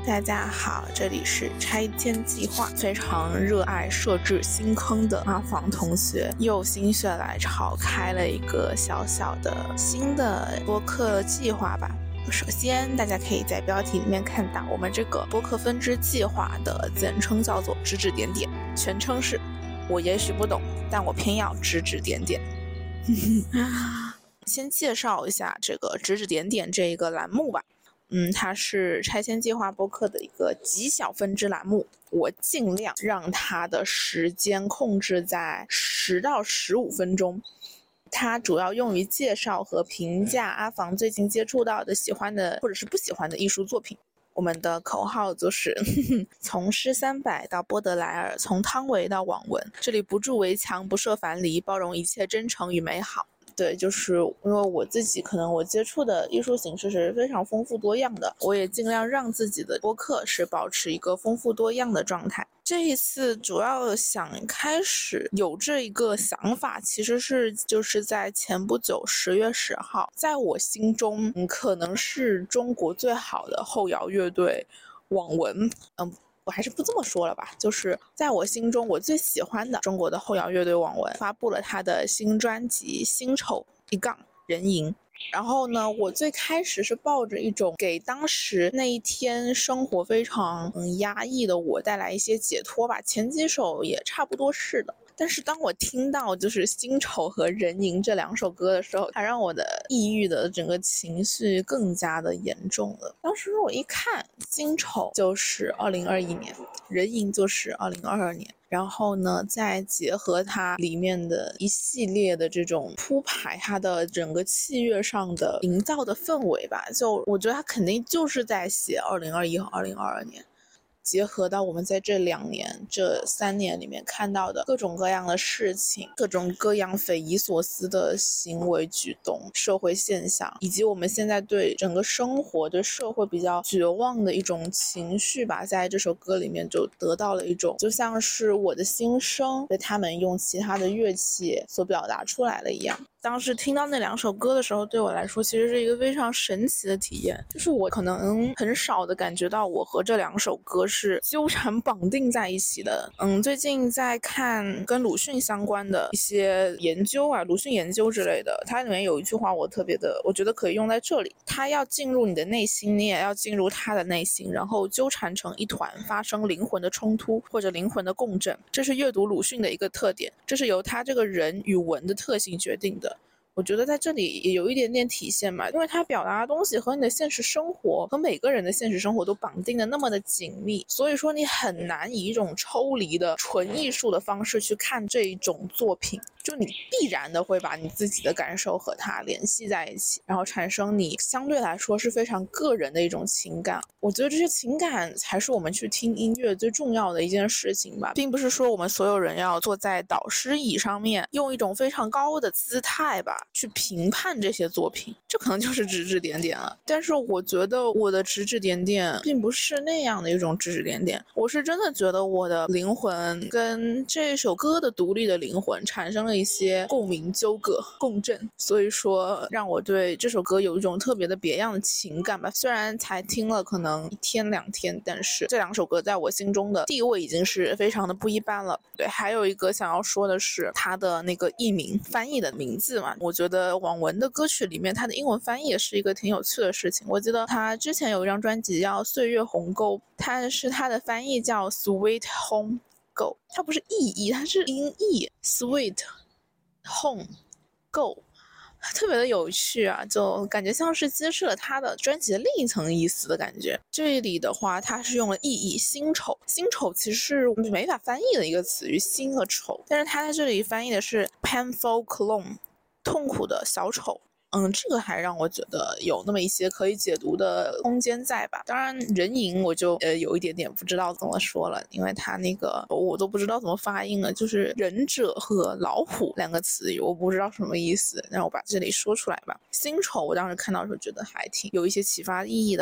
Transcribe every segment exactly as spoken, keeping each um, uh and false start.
大家好，这里是拆迁计划，非常热爱设置新坑的阿房同学又心血来潮开了一个小小的新的播客计划吧。首先大家可以在标题里面看到我们这个播客分支计划的简称叫做指指点点，全称是我也许不懂，但我偏要指指点点。先介绍一下这个指指点点这一个栏目吧。嗯，它是拆迁计划播客的一个极小分支栏目，我尽量让它的时间控制在十到十五分钟。它主要用于介绍和评价阿房最近接触到的喜欢的或者是不喜欢的艺术作品。我们的口号就是呵呵从诗三百到波德莱尔，从汤唯到网文，这里不筑围墙，不设樊篱，包容一切真诚与美好。对，就是因为我自己可能我接触的艺术形式是非常丰富多样的，我也尽量让自己的播客是保持一个丰富多样的状态。这一次主要想开始有这一个想法，其实是就是在前不久十月十号，在我心中、嗯、可能是中国最好的后摇乐队网文，嗯。我还是不这么说了吧，就是在我心中我最喜欢的中国的后摇乐队网文发布了他的新专辑辛丑一杠人吟。然后呢，我最开始是抱着一种给当时那一天生活非常嗯压抑的我带来一些解脱吧，前几首也差不多是的。但是当我听到就是辛丑和人吟这两首歌的时候，它让我的抑郁的整个情绪更加的严重了。当时我一看，辛丑就是二零二一年，人吟就是二零二二年，然后呢再结合它里面的一系列的这种铺排，它的整个器乐上的营造的氛围吧，就我觉得它肯定就是在写二零二一和二零二二年，结合到我们在这两年这三年里面看到的各种各样的事情，各种各样匪夷所思的行为举动，社会现象，以及我们现在对整个生活对社会比较绝望的一种情绪吧，在这首歌里面就得到了一种就像是我的心声被他们用其他的乐器所表达出来了一样。当时听到那两首歌的时候，对我来说其实是一个非常神奇的体验，就是我可能很少的感觉到我和这两首歌是纠缠绑定在一起的。嗯，最近在看跟鲁迅相关的一些研究啊，鲁迅研究之类的，它里面有一句话我特别的，我觉得可以用在这里。它要进入你的内心，你也要进入他的内心，然后纠缠成一团，发生灵魂的冲突或者灵魂的共振。这是阅读鲁迅的一个特点，这是由他这个人与文的特性决定的。我觉得在这里也有一点点体现嘛，因为它表达的东西和你的现实生活和每个人的现实生活都绑定的那么的紧密，所以说你很难以一种抽离的纯艺术的方式去看这一种作品，就你必然的会把你自己的感受和它联系在一起，然后产生你相对来说是非常个人的一种情感。我觉得这些情感才是我们去听音乐最重要的一件事情吧，并不是说我们所有人要坐在导师椅上面用一种非常高的姿态吧去评判这些作品，这可能就是指指点点了。但是我觉得我的指指点点并不是那样的一种指指点点，我是真的觉得我的灵魂跟这首歌的独立的灵魂产生了一些共鸣、纠葛、共振，所以说让我对这首歌有一种特别的别样的情感吧。虽然才听了可能一天两天，但是这两首歌在我心中的地位已经是非常的不一般了。对，还有一个想要说的是它的那个译名翻译的名字嘛，我觉得网文的歌曲里面它的英文翻译也是一个挺有趣的事情。我记得他之前有一张专辑叫《岁月鸿沟》，它是它的翻译叫 Sweet Home Go， 它不是意译，它是音译 Sweet Home Go，特别的有趣啊，就感觉像是揭示了他的专辑的另一层意思的感觉。这里的话他是用了意译辛丑，辛丑其实是没法翻译的一个词语，辛和丑，但是他在这里翻译的是 painful clone， 痛苦的小丑。嗯，这个还让我觉得有那么一些可以解读的空间在吧。当然人吟我就呃有一点点不知道怎么说了，因为他那个我都不知道怎么发音了，就是忍者和老虎两个词语我不知道什么意思，让我把这里说出来吧。辛丑我当时看到的时候觉得还挺有一些启发意义的吧。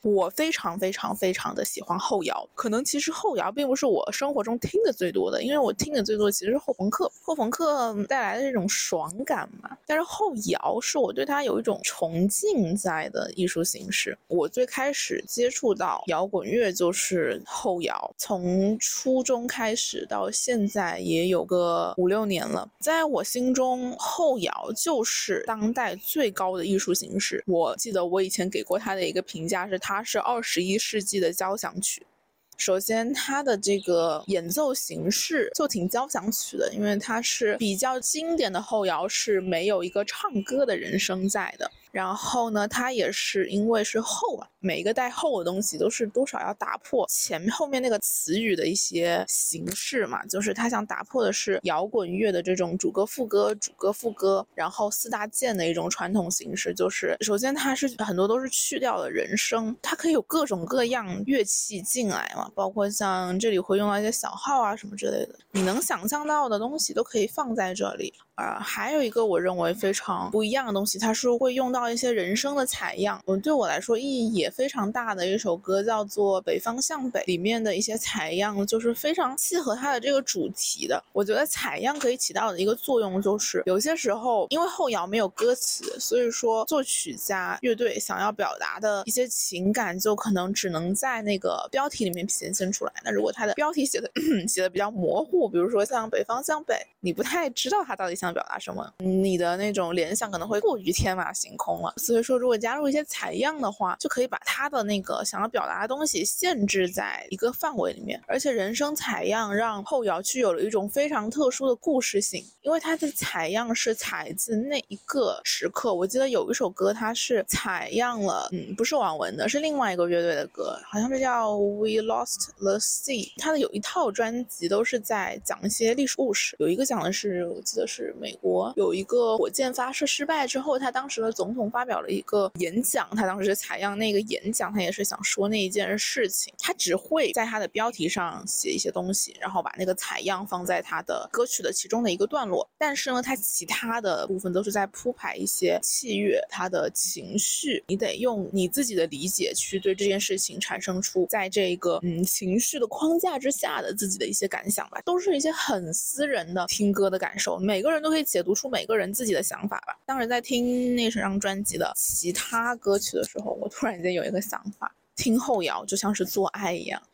我非常非常非常的喜欢后摇，可能其实后摇并不是我生活中听的最多的，因为我听的最多的其实是后朋克，后朋克带来的这种爽感嘛。但是后摇是我对它有一种崇敬在的艺术形式。我最开始接触到摇滚乐就是后摇，从初中开始到现在也有个五六年了。在我心中，后摇就是当代最高的艺术形式。我记得我以前给过它的一个评价是，它是二十一世纪的交响曲。首先它的这个演奏形式就挺交响曲的，因为它是比较经典的后摇是没有一个唱歌的人声在的。然后呢，它也是因为是后啊，每一个带后的东西都是多少要打破前后面那个词语的一些形式嘛，就是它想打破的是摇滚乐的这种主歌副歌主歌副歌，然后四大件的一种传统形式，就是首先它是很多都是去掉了人声，它可以有各种各样乐器进来嘛，包括像这里会用到一些小号啊什么之类的，你能想象到的东西都可以放在这里。呃，还有一个我认为非常不一样的东西，它是会用到一些人声的采样，嗯，对我来说意义也非常大的一首歌叫做《北方向北》，里面的一些采样就是非常契合它的这个主题的。我觉得采样可以起到的一个作用就是，有些时候因为后摇没有歌词，所以说作曲家乐队想要表达的一些情感就可能只能在那个标题里面显现出来。那如果它的标题写的写的比较模糊，比如说像北方向北，你不太知道它到底想表达什么，你的那种联想可能会过于天马行空了。所以说如果加入一些采样的话，就可以把它的那个想要表达的东西限制在一个范围里面。而且人声采样让后摇具有了一种非常特殊的故事性，因为它的采样是采自那一个时刻。我记得有一首歌它是采样了嗯，不是网文的，是另外一个乐队的歌，好像是叫 We Lost the Sea。 它的有一套专辑都是在讲一些历史故事，有一个讲的是我记得是美国有一个火箭发射失败之后，他当时的总统发表了一个演讲，他当时是采样那个演讲，他也是想说那一件事情，他只会在他的标题上写一些东西，然后把那个采样放在他的歌曲的其中的一个段落，但是呢他其他的部分都是在铺排一些器乐，他的情绪，你得用你自己的理解去对这件事情产生出在这个嗯情绪的框架之下的自己的一些感想吧，都是一些很私人的听歌的感受，每个人都可以解读出每个人自己的想法吧。当时在听那张专辑的其他歌曲的时候，我突然间有一个想法，听后摇就像是做爱一样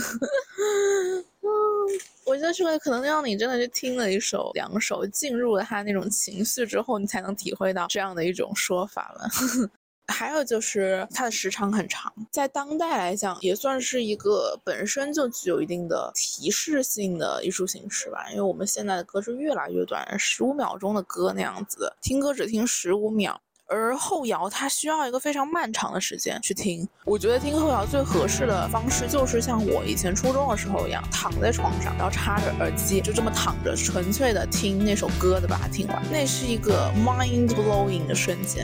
我觉得这个可能让你真的是听了一首两首进入了他那种情绪之后，你才能体会到这样的一种说法了还有就是它的时长很长，在当代来讲也算是一个本身就具有一定的提示性的艺术形式吧，因为我们现在的歌是越来越短，十五秒钟的歌那样子的，听歌只听十五秒，而后摇它需要一个非常漫长的时间去听。我觉得听后摇最合适的方式就是像我以前初中的时候一样，躺在床上，然后插着耳机，就这么躺着，纯粹的听那首歌的把它听完，那是一个 mind blowing 的瞬间。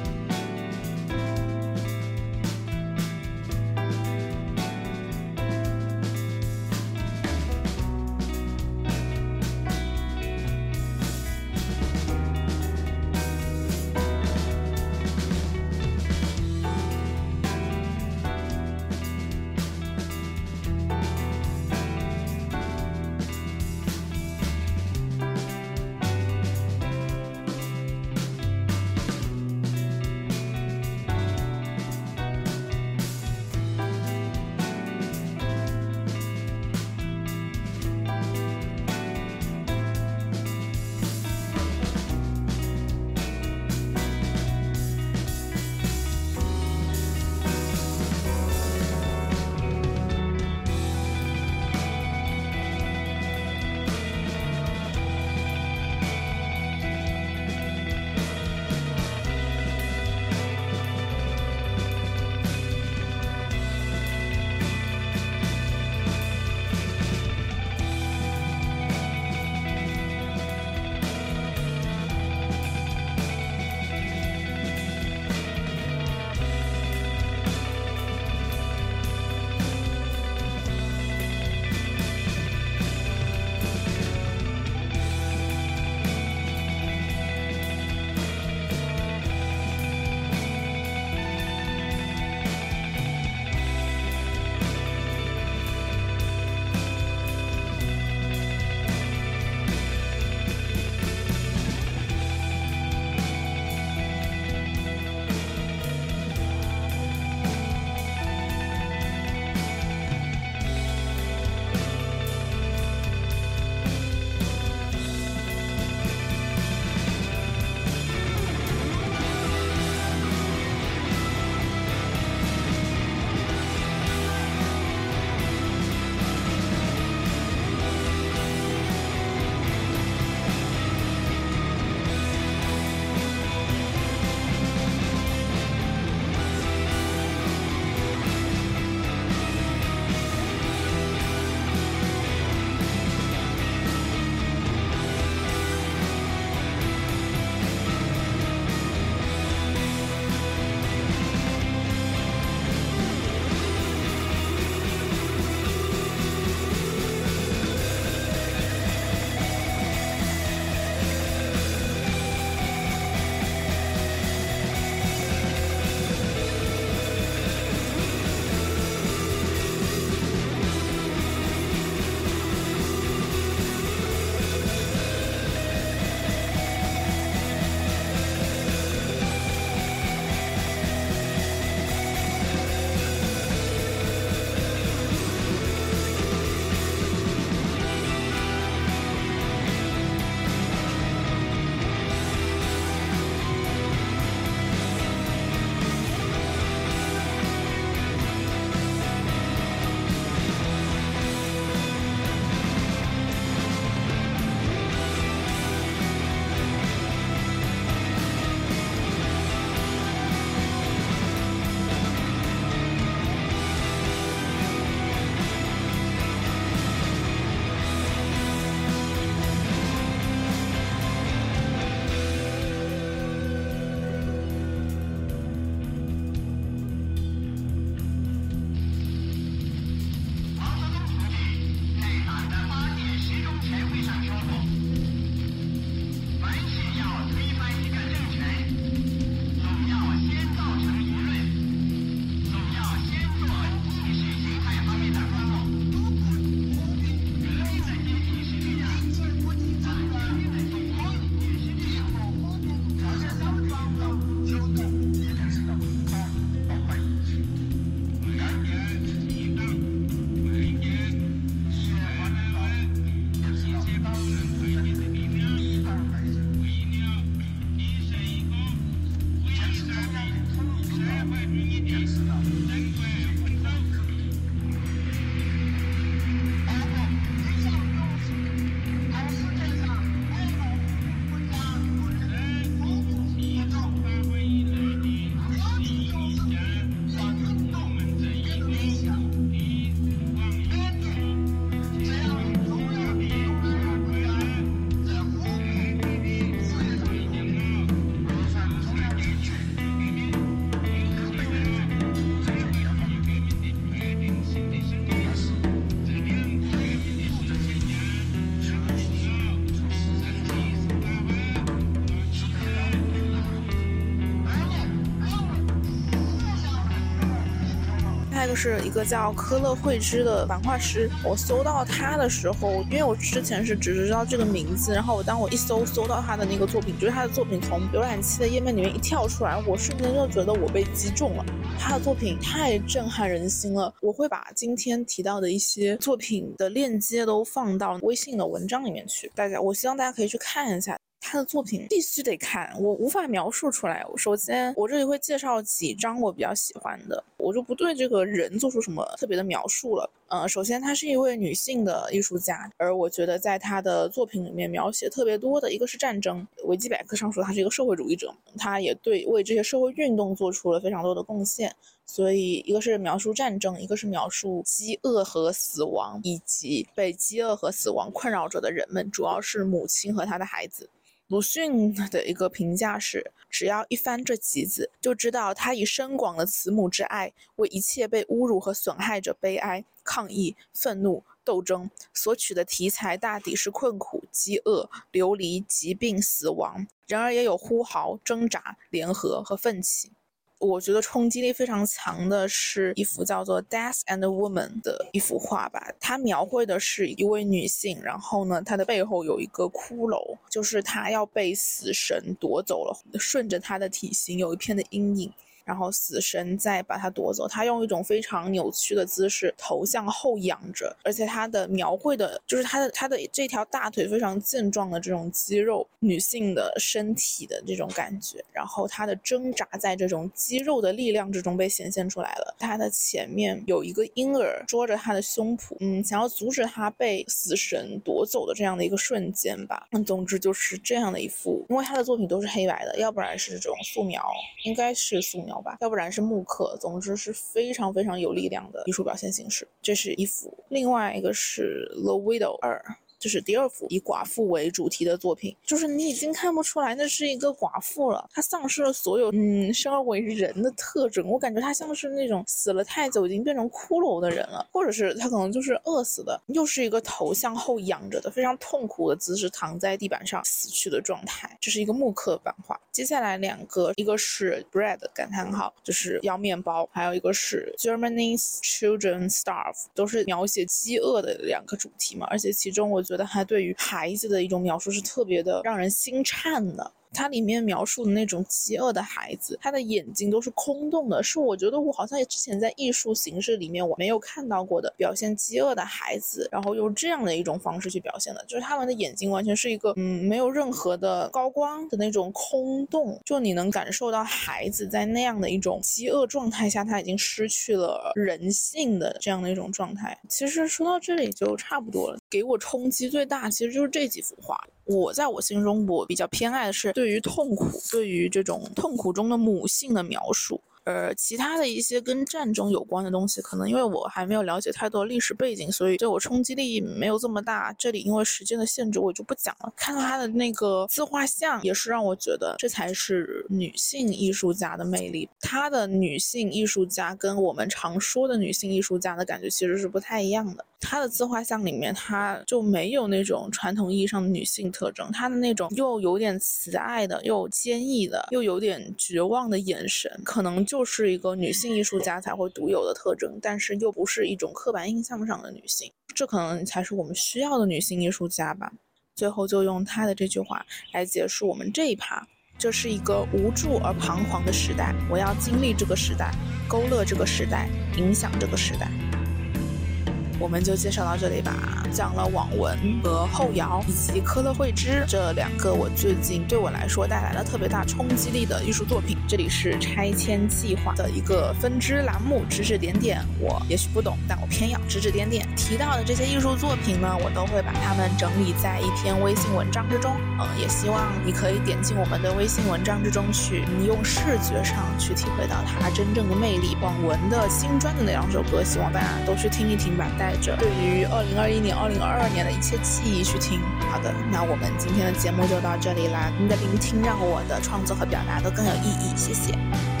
个是一个叫科勒惠芝的版画师。我搜到他的时候，因为我之前是只知道这个名字，然后我当我一搜搜到他的那个作品，就是他的作品从浏览器的页面里面一跳出来，我瞬间就觉得我被击中了。他的作品太震撼人心了，我会把今天提到的一些作品的链接都放到微信的文章里面去，大家我希望大家可以去看一下。他的作品必须得看，我无法描述出来。首先我这里会介绍几张我比较喜欢的，我就不对这个人做出什么特别的描述了。呃，首先她是一位女性的艺术家，而我觉得在她的作品里面描写特别多的一个是战争，维基百科上说她是一个社会主义者，她也对为这些社会运动做出了非常多的贡献。所以一个是描述战争，一个是描述饥饿和死亡，以及被饥饿和死亡困扰着的人们，主要是母亲和她的孩子。鲁迅的一个评价是，只要一翻这集子，就知道他以深广的慈母之爱为一切被侮辱和损害者悲哀、抗议、愤怒、斗争，所取的题材大抵是困苦、饥饿、流离、疾病、死亡，然而也有呼号、挣扎、联合和奋起。我觉得冲击力非常强的是一幅叫做 Death and Woman 的一幅画吧，它描绘的是一位女性，然后呢她的背后有一个骷髅，就是她要被死神夺走了，顺着她的体型有一片的阴影，然后死神再把它夺走，他用一种非常扭曲的姿势头向后仰着，而且他的描绘的就是他的他的这条大腿非常健壮的这种肌肉，女性的身体的这种感觉，然后他的挣扎在这种肌肉的力量之中被显现出来了。他的前面有一个婴儿捉着他的胸脯，嗯，想要阻止他被死神夺走的这样的一个瞬间吧。嗯，总之就是这样的一幅，因为他的作品都是黑白的，要不然是这种素描，应该是素描吧，要不然是木刻，总之是非常非常有力量的艺术表现形式。这是一幅，另外一个是 The Widow 二，这是第二幅以寡妇为主题的作品，就是你已经看不出来那是一个寡妇了，她丧失了所有嗯生而为人的特征，我感觉她像是那种死了太久已经变成骷髅的人了，或者是她可能就是饿死的，又是一个头向后仰着的非常痛苦的姿势躺在地板上死去的状态。这是一个木刻版画。接下来两个，一个是 bread 感叹号，就是要面包，还有一个是 Germany's children starve， 都是描写饥饿的两个主题嘛，而且其中我觉得他对于孩子的一种描述是特别的让人心颤的。它里面描述的那种饥饿的孩子，他的眼睛都是空洞的，是我觉得我好像之前在艺术形式里面我没有看到过的表现饥饿的孩子，然后用这样的一种方式去表现的，就是他们的眼睛完全是一个嗯没有任何的高光的那种空洞，就你能感受到孩子在那样的一种饥饿状态下，他已经失去了人性的这样的一种状态。其实说到这里就差不多了，给我冲击最大其实就是这几幅画。我在我心中我比较偏爱的是对于痛苦，对于这种痛苦中的母性的描述，而其他的一些跟战争有关的东西，可能因为我还没有了解太多历史背景，所以对我冲击力没有这么大，这里因为时间的限制我就不讲了。看到他的那个自画像也是让我觉得这才是女性艺术家的魅力，他的女性艺术家跟我们常说的女性艺术家的感觉其实是不太一样的。他的自画像里面他就没有那种传统意义上的女性特征，他的那种又有点慈爱的，又坚毅的，又有点绝望的眼神，可能就是一个女性艺术家才会独有的特征，但是又不是一种刻板印象上的女性，这可能才是我们需要的女性艺术家吧。最后就用他的这句话来结束我们这一趴，这是一个无助而彷徨的时代，我要经历这个时代，勾勒这个时代，影响这个时代。我们就介绍到这里吧，讲了网文和后摇以及科勒惠芝这两个我最近对我来说带来了特别大冲击力的艺术作品。这里是拆迁计划的一个分支栏目，指指点点，我也许不懂，但我偏要指指点点。提到的这些艺术作品呢，我都会把它们整理在一篇微信文章之中，嗯，也希望你可以点进我们的微信文章之中去，你用视觉上去体会到它真正的魅力。网文的新专的那两首歌，希望大家都去听一听吧，带着对于二零二一年、二零二二年的一切记忆去听。好的，那我们今天的节目就到这里啦。您的聆听让我的创作和表达都更有意义，谢谢。